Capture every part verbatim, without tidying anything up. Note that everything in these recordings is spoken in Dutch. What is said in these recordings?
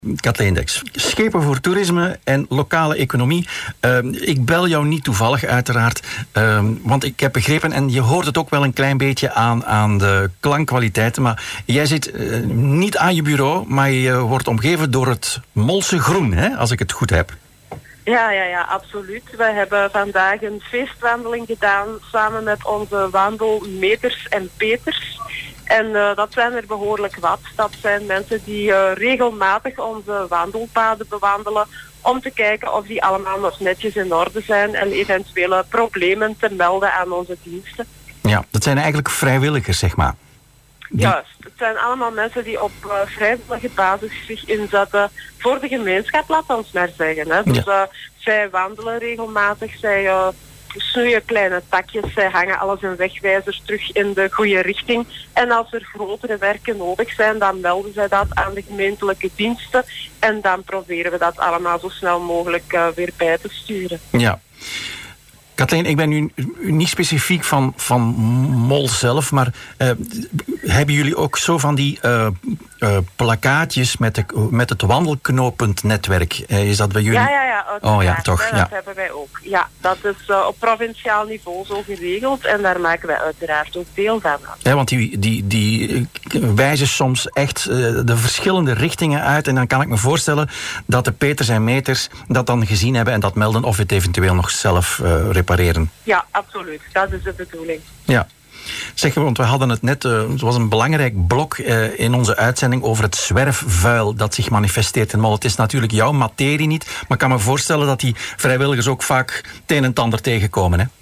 Kathleen Deks, schepen voor toerisme en lokale economie. Uh, ik bel jou niet toevallig, uiteraard. Uh, want ik heb begrepen, en je hoort het ook wel een klein beetje aan, aan de klankkwaliteiten, maar jij zit uh, niet aan je bureau, maar je wordt omgeven door het Molse groen, hè, als ik het goed heb. Ja, ja, ja, absoluut. We hebben vandaag een feestwandeling gedaan samen met onze wandelmeters en peters. En uh, dat zijn er behoorlijk wat. Dat zijn mensen die uh, regelmatig onze wandelpaden bewandelen om te kijken of die allemaal nog netjes in orde zijn en eventuele problemen te melden aan onze diensten. Ja, dat zijn eigenlijk vrijwilligers, zeg maar. Die... Juist. Het zijn allemaal mensen die op uh, vrijwillige basis zich inzetten voor de gemeenschap, laat ons maar zeggen. Hè. Dus uh, zij wandelen regelmatig, zij... Uh, snoeien kleine takjes, zij hangen alles in wegwijzers terug in de goede richting. En als er grotere werken nodig zijn, dan melden zij dat aan de gemeentelijke diensten. En dan proberen we dat allemaal zo snel mogelijk uh, weer bij te sturen. Ja. Kathleen, ik ben nu niet specifiek van, van Mol zelf, maar uh, hebben jullie ook zo van die uh, uh, plakkaatjes met, de, met het wandelknooppunt netwerk? Uh, is dat bij jullie? Ja, ja, ja. Oh ja, toch. Dat ja. hebben wij ook. Ja, dat is uh, op provinciaal niveau zo geregeld en daar maken wij uiteraard ook deel van. Ja, want die, die, die wijzen soms echt uh, de verschillende richtingen uit en dan kan ik me voorstellen dat de peters en meters dat dan gezien hebben en dat melden of het eventueel nog zelf uh, repareren. Ja, absoluut. Dat is de bedoeling. Ja. Zeg, want we hadden het net, uh, het was een belangrijk blok uh, in onze uitzending over het zwerfvuil dat zich manifesteert in Mol. Het is natuurlijk jouw materie niet, maar ik kan me voorstellen dat die vrijwilligers ook vaak het een en het ander tegenkomen, hè?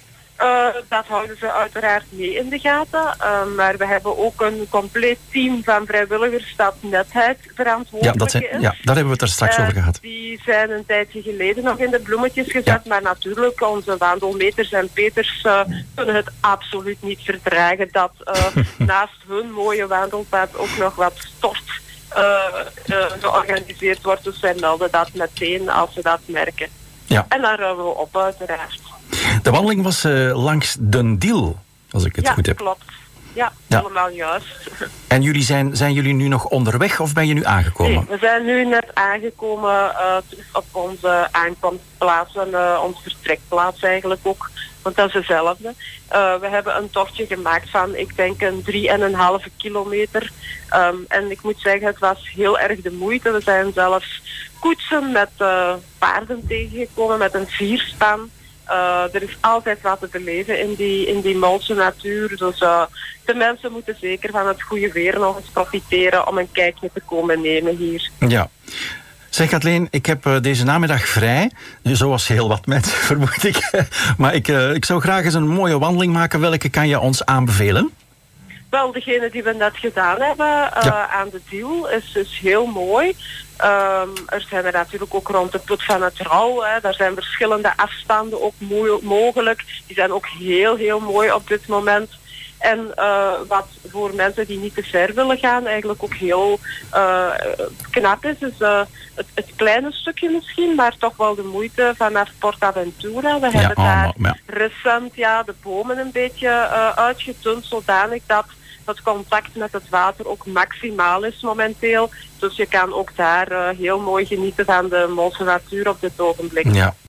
Uh, dat houden ze uiteraard mee in de gaten. Uh, maar we hebben ook een compleet team van vrijwilligers dat netheid verantwoordelijk ja, dat zijn, is. Ja, daar hebben we het er straks uh, over gehad. Die zijn een tijdje geleden nog in de bloemetjes gezet. Ja. Maar natuurlijk, onze wandelmeters en peters uh, kunnen het absoluut niet verdragen dat uh, naast hun mooie wandelpad ook nog wat stort uh, uh, georganiseerd wordt. Dus zij melden dat meteen als ze dat merken. Ja. En dan ruimen we op, uiteraard. De wandeling was uh, langs Den Diel, als ik het ja, goed heb. Klopt. Ja, ja, helemaal juist. En jullie zijn, zijn jullie nu nog onderweg of ben je nu aangekomen? Nee, we zijn nu net aangekomen uh, terug op onze aankomstplaats en uh, onze vertrekplaats eigenlijk ook. Want dat is dezelfde. Uh, we hebben een tochtje gemaakt van, ik denk, een drie en een halve kilometer. Um, en ik moet zeggen, het was heel erg de moeite. We zijn zelfs koetsen met uh, paarden tegengekomen, met een vierspan. Uh, er is altijd wat te beleven in die, in die Molse natuur. Dus uh, de mensen moeten zeker van het goede weer nog eens profiteren om een kijkje te komen nemen hier. Ja. Zeg Kathleen, ik heb uh, deze namiddag vrij. Zoals heel wat mensen, vermoed ik. Maar ik, uh, ik zou graag eens een mooie wandeling maken. Welke kan je ons aanbevelen? Wel, degene die we net gedaan hebben uh, ja. aan de Diel is, is heel mooi. Um, er zijn er natuurlijk ook rond de Put van het Rauw. Hè. Daar zijn verschillende afstanden ook mo- mogelijk. Die zijn ook heel, heel mooi op dit moment. En uh, wat voor mensen die niet te ver willen gaan eigenlijk ook heel uh, knap is, is uh, het, het kleine stukje misschien, maar toch wel de moeite vanaf PortAventura. We ja, hebben oh, daar ja. recent ja, de bomen een beetje uh, uitgetund, zodanig dat het contact met het water ook maximaal is momenteel. Dus je kan ook daar uh, heel mooi genieten van de Molse natuur op dit ogenblik. Ja.